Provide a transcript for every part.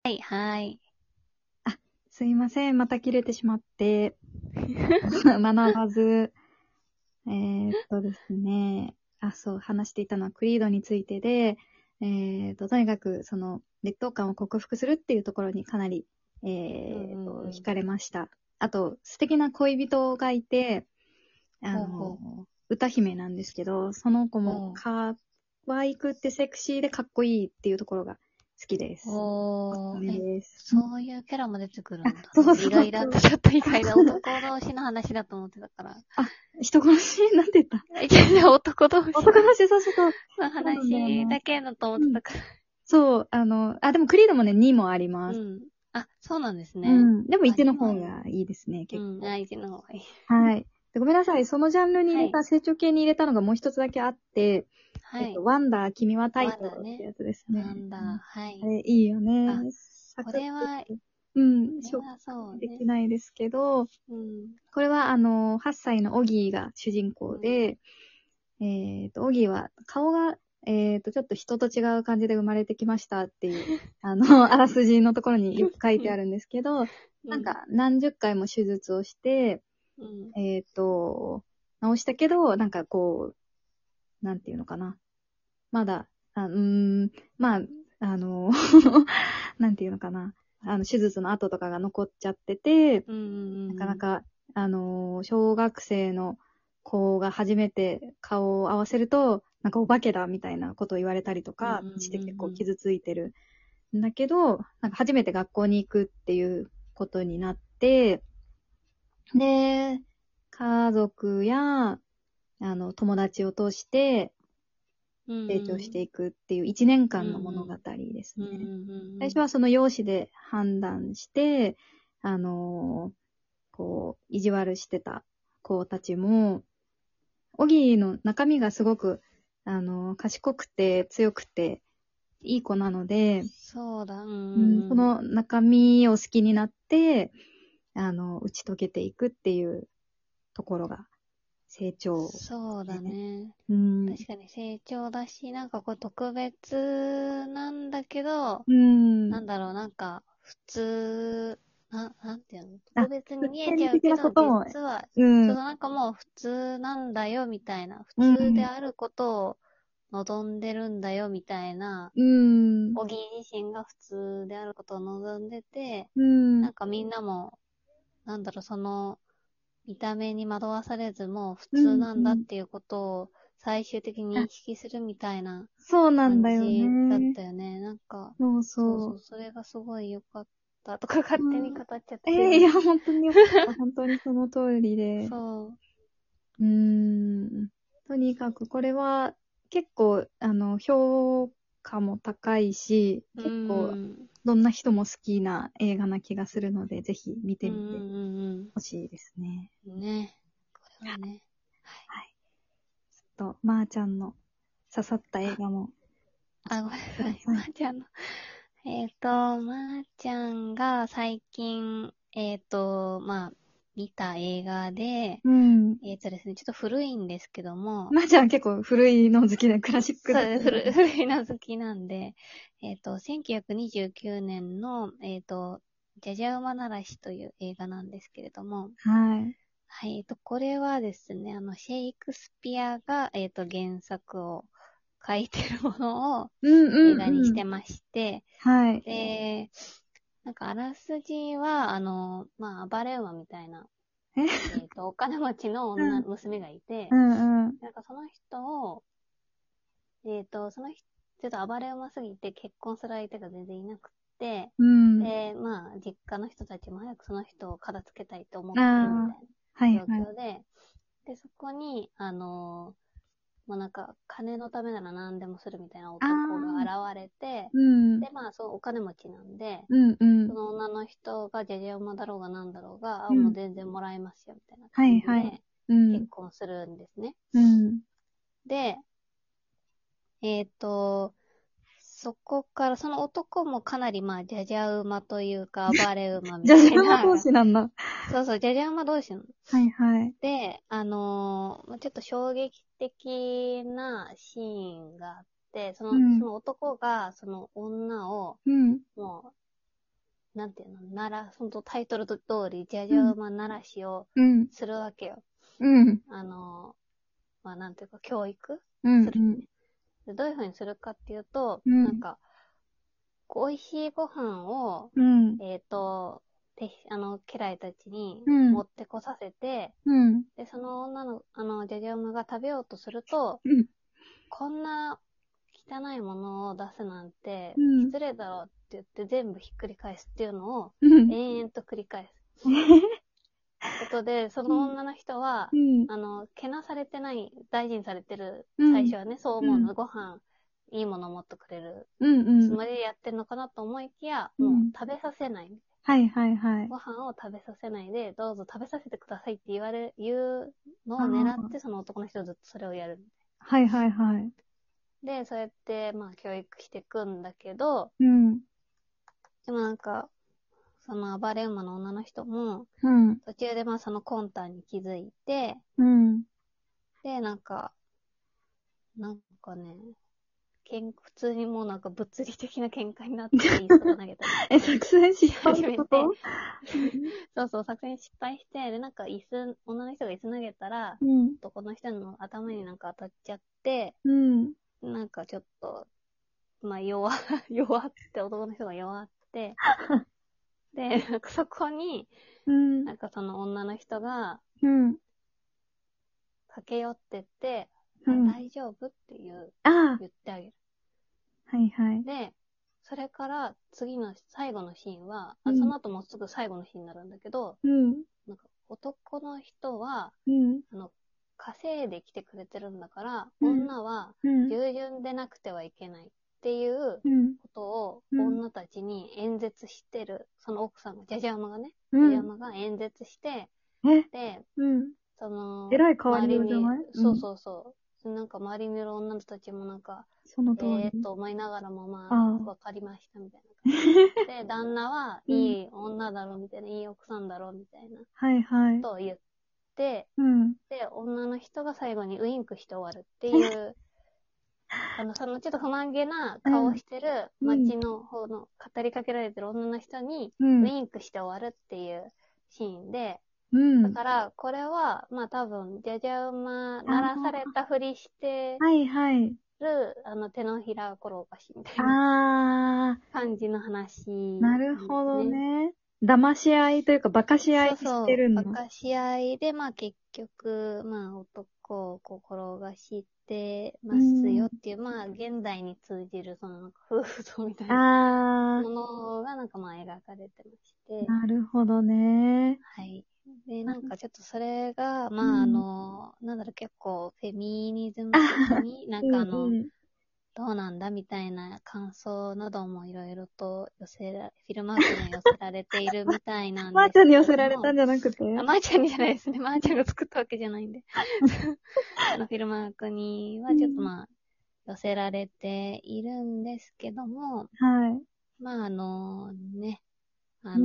はい、はい。 すいません。また切れてしまって。学ばず。ですね。そう、話していたのはクリードについてで、とにかく、劣等感を克服するっていうところにかなり、惹かれました。あと、素敵な恋人がいて、 ほ歌姫なんですけど、その子もう。 可愛くってセクシーでかっこいいっていうところが好きです。おすすめです。 そういうキャラも出てくるんだ。 そうそうそう。 意外だってちょっと意外だ。男同士の話だと思ってたから。 人殺しなんて言った。 男同士男殺し、そうそうそう。 のそうなんだよね。 話だけだと思っうん。 てたから。 そう、でもクリードもね、2もあります。 うん。あ、そうなんですうね。 ん。でも1の方にもある。 がいいですね、 うん。 結構。 1の方がいい。 はい。で、ごめんなさい。そのジャンルに入れた、 はい。 成長系に入れたのがもう一つだけあって、 はい。 ワンダー、君は太陽ワンダーね。 ってやつですね。 ワンダー。はい。 あれ、いいよね。 あ、 サクッとしこて。うん、紹れはそう介でね。 きないですけど、 うん。 これは8歳のオギーが主人うん。 公で、オギーは顔が、ちょっと人と違う感じで生まれてきましたっていう、あらすじのところによく書いてあるんですけど、 うん。 なんか何十回も手術をして、 うん。 治したけど、なんかこう、なんていうのかな。まだ、まあ、あの、なんていうのかな。手術の跡とかが残っちゃってて、 うん。 なかなか、小学生の子が初めて顔を合わせると、なんかお化けだみたいなことを言われたりとうん。 かして結構うん。 傷ついてるんだけど、なんか初めて学校に行くっていうことになって、で、家族や、友達を通して成長していくっていう一年間の物語ですね。最初はその容姿で判断して、あの意地悪してた子たちも、オギーの中身がすごく、賢くて強くていい子なので、 そうだ、 その中身を好きになって、打ち解けていくっていうところが成長、 そうだね。 うん。 確かに成長だし、なんかこう特別なんだけど、 うん。 なんだろう、なんか普通、なんていうの、特あ、 別に見え普遍的ちゃうけど、 なことも、 実は、 うん。 そうなんかもう普通なんだよ、みたいな、普うん。 通であることを望んでるんだよ、みたいな、 うん。 オギー自身が普通であることを望んでて、 うん。 なんかみんなも、なんだろう、その、見た目に惑わされずも普うん。 通なんだっていうことを最終的にあ、 認識するみたいなそうなん感だよじだっね。 たよね。なんか、 そうそう。 そうそう、それがすごい良かったとか勝手にうん。 語っちゃってすいません。 いや、本当によかった。本当にその通りで。 そとにかくこれは結構、評価も高いし、 う。 結構、どんな人も好きな映画な気がするので、ぜひ見うんてみてほしいですね。 ね。これはね。 はい。ちょっと、まーちゃんの刺さった映画もごめんなさい。 ください。 まーちゃんの。まーちゃんが最近、まあ、見た映画で、 うん。 ですね、ちょっと古いんですけども、 まーちゃん結構古いの好きで、クラシック好きそうです。 なんで。 古いの好きなんで、1929年の、じゃじゃ馬ならしという映画なんですけれども、 はい。 はい、これはですね、シェイクスピアが、原作を書いてるものをうん映画にうんうん。 してまして、 はい。 で、なんかあらすじは、まあ、暴れ馬みたいな、 えお金持ちのうん娘がいて、 うんうん。 なんかその人を、その人、ちょっと暴れ馬すぎて結婚する相手が全然いなくって、 うん。 で、まあ、実家の人たちも早くその人を片付けたいと思あってるみたいあ、 なはいはい。 状況で、で、そこに、まあなんか、金のためなら何でもするみたいなあ男があ、 現れて、 うん。 で、まあ、そう、お金持ちなんで、 うんうん。 その女の人がじゃじゃ馬だろうがなんだろうが、もううん。 全然もらえますよ、みたいなはいはい。 感じで、 うん。 結婚するんですね。 うん。 で、えっと、そこから、その男もかなりまあ、じゃじゃ馬というか、暴れ馬みじゃじたいゃ馬同な、 士なんだ。 そうそう、じゃじゃ馬同士なの。 はいはい。 で、まあちょっと衝撃的なシーンがあって、そうん。 の男が、その女を、 うん。 もう、 なんていうの、ほんとタイトル通り、じゃじゃ馬鳴らしをうん。 するわけよ。 うん。 まあなんていうか、教育うん。 する、ね。でどういう風にするかっていうと、 うんなんか、美味しいご飯を、 うん。 家来たちにうん。 持ってこさせて、 うん。 で、その女の、じゃじゃ馬が食べようとすると、 うん。 こんな汚いものを出すなんて、 うん。 失礼だろうって言って全部ひっくり返すっていうのを、 うん。 延々と繰り返す。ことで、その女の人は、 うん。 けなされてない、大事にされてる、 うん。 最初はね、そう思ううん。 の。ご飯、いいもの持ってくれるうん。うん。 つもりでやってんのかなと思いきや、もううん。 食べさせない。 はいはいはい。 ご飯を食べさせないで、どうぞ食べさせてくださいって言うのをあ狙っあ。 て、その男の人はずっとそれをやる。 はいはいはい。 で、そうやって、まあ、教育していくんだけど、 うん。 でもなんか、その暴れ馬の女の人も、 うん。 途中でまあその魂胆に気づいて、 うん。 で、なんかね、普通にもうなんか物理的な喧嘩になって、椅子とか投げたりとか作戦失敗始めて、 ってこと？ そうそう、作戦失敗して、で、なんか女の人が椅子投げたら、 うん。 男の人の頭になんか当たっちゃって、 うん。 なんかちょっと、まあって、男の人が弱って、で、なんかそこに、 うん。 なんかその女の人がうん。 駆け寄ってって、 うん。 大丈夫ってあ言ってあげる。 あ。はいはい。 で、それから最後のシーンは、 うん。 その後もうすぐ最後のシーンになるんだけど、 うん。 なんか男の人は、 うん。 稼いできてくれてるんだから、 うん。 女はうん。 従順でなくてはいけないっていううん。 ことをうん。 女たちに演説してる、その奥さんが、じゃじゃ馬がね、 うん。 じゃじゃ馬が演説して、 え、 で、 うん。 その、 えらい変わり周りに、 ようじゃない？うそうん。 そうそう、なんか周りにいる女たちもなんか、 その通り。 思いながらもまあ、 ああ。 わかりましたみたいな感じで。で、旦那はうん。 いい女だろみたいな、いい奥さんだろみたいなはいはい。 ことを言って、 うん。 で、女の人が最後にウインクして終わるっていう、そのちょっと不満げなうん。 顔をしてるうん。 街の方の語りかけられてる女の人にうん。 ウインクして終わるっていうシーンで、 うん。 だから、これは、まあ多分、じゃじゃ馬、鳴らされあたふりしてあ。はいはい。 る、手のひら転がしみたいなああ。 感じの話なるなんでほどすね。 ね。騙し合いというか、馬鹿し合いしてそうそう、 るんだ。 馬鹿し合いで、まあ結局、まあ男をこう転がしてうますよん。 っていう、まあ現代に通じる、そのなんか夫婦像みたいなああ。 ものがなんかまあ描かれてまして、 なるほどね。 はい。で、なんかちょっとそれが、まあうん。 なんだろう、結構フェミニズあム的ははに、なんうんかうん。 どうなんだみたいな感想などもいろいろとフィルマークには寄せられているみたいなんまーですけちゃんに寄せれども、 られたんじゃなくて？ まーちゃんにじゃないですね。まーちゃんが作ったわけじゃないんで。そのフィルマークにはちょっとうん。 まあ、寄せられているんですけども、 はい。 まあね、 うん。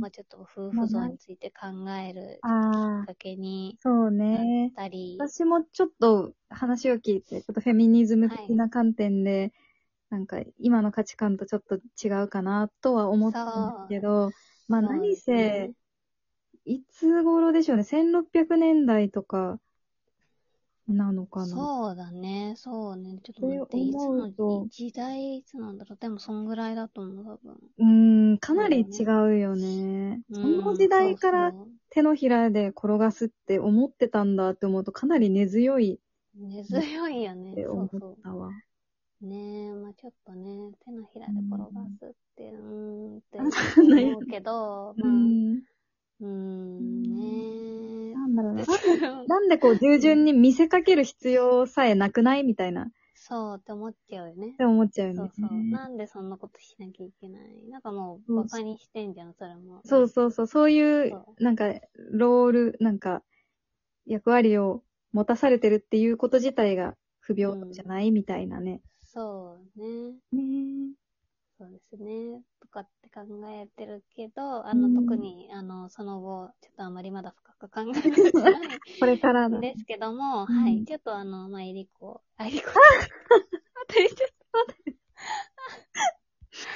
まあちょっと夫まあ、 婦像について考えるちょっときっああ、 かけにそうなっね。 たり、 私もちょっと話を聞いて、ちょっとフェミニズム的はい。 な観点で、なんか今の価値観とちょっと違うかなとは思ったんですけど、まあ何そうですせ、 ね。 いつ頃でしょうね。1600年代とかなのかなっそうだね。そうね。ちょっと待って、 て思うと、 時代いつなんだろう。でもそんぐらいだと思う、多分。 かなり違そうだよね。 うよね。その時そう代からそ手のひらで転がすって思ってたんだって思うとかなり根強いう。根なっ強いよね。 て思っそうそたわ。 う。ねえ、まあちょっとね、手のひらうで転がん。 すって、ってあ、 ちょっそんな言う。 と思うけど、 うまあ、 ん。うん。 ねえ。 なんだろうな。なんでこう従うん、 順に見せかける必要さえなくないみたいな。っそうって思っちゃうよね。 て思っちゃうよね。 そうそう。なんでそんなことしなきゃいけない？なんかもう、 そうバカにしてんじゃん、それも。 そうそうそう。そういう、 そなんか、ロール、なんか、役割を持たされてるっていうこと自体が不う。 平等じゃうん。 ないみたいなね。 そうね。 ねそうですね。とかって考えてるけど、 え。うん。 特に、その後、ちょっとあまりまだ深く考えてないこれからだ。 んですけども、はい。 うん。 ちょっとまあ、エリコって言っちゃった。あと言っちゃった。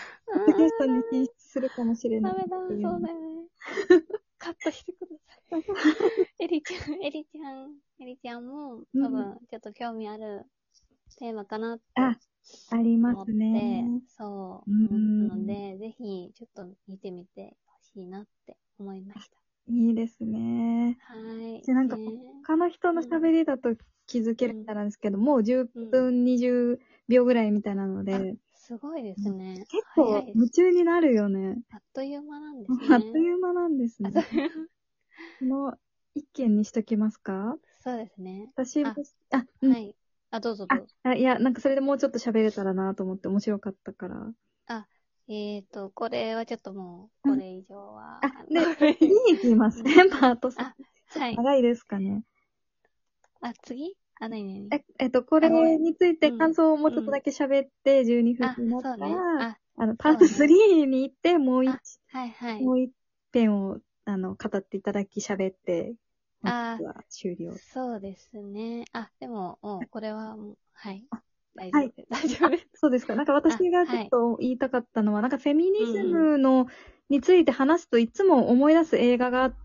ッドキャストに進出するかもしれない。 ダメだ、そうだよね。カットしてください。エリちゃんも多分ちょっと興味あるテーマかなってありま思って、 すね。 そう、 うんなので、ぜひちょっと見てみてほしいなって思いました。 いいですね。 はい。 でなんかね他の人の喋りだと気づけるみたいなんですけど、もう10分、20秒ぐらいみたいなので、 すごいですね。 結構早いです。 夢中になるよね。 あっという間なんですね。 あっという間なんですね。この一件にしときますか？ そうですね。 私も、 はい。どうぞどうぞ。 いや、なんかそれでもうちょっと喋れたらなと思って面白かったから。 これはちょっともう、これ以上は。 で、次行きますね、パート3。 はい。 長いですかね。 次何これについて感想をもうちょっとだけ喋って12分になったそうね。 ら、パート3に行って、もう一編を、語っていただき喋って、は終了。 そうですね。でも、これはもう、はい。大はい。 大丈夫です。 そうですか。なんか私がちょっと言いたかったのは、なんかフェミニズムについて話すといつも思い出す映画があって、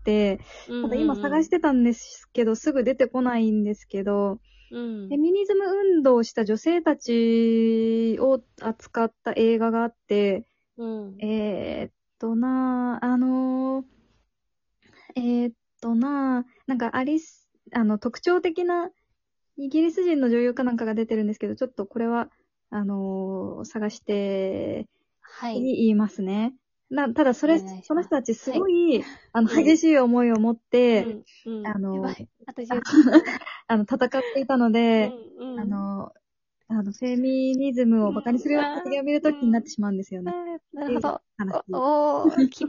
ただ今探してたんですけど、すぐ出てこないんですけど、フェミニズム運動をした女性たちを扱った映画があって、なんか特徴的なイギリス人の女優かなんかが出てるんですけど、ちょっとこれは、探して、言いますね。ただその人たちすごい、激しい思いを持って、戦っていたので、フェミニズムをバカにするような発言を見ると気になってしまうんですよね。 なるほど。 話。 おー、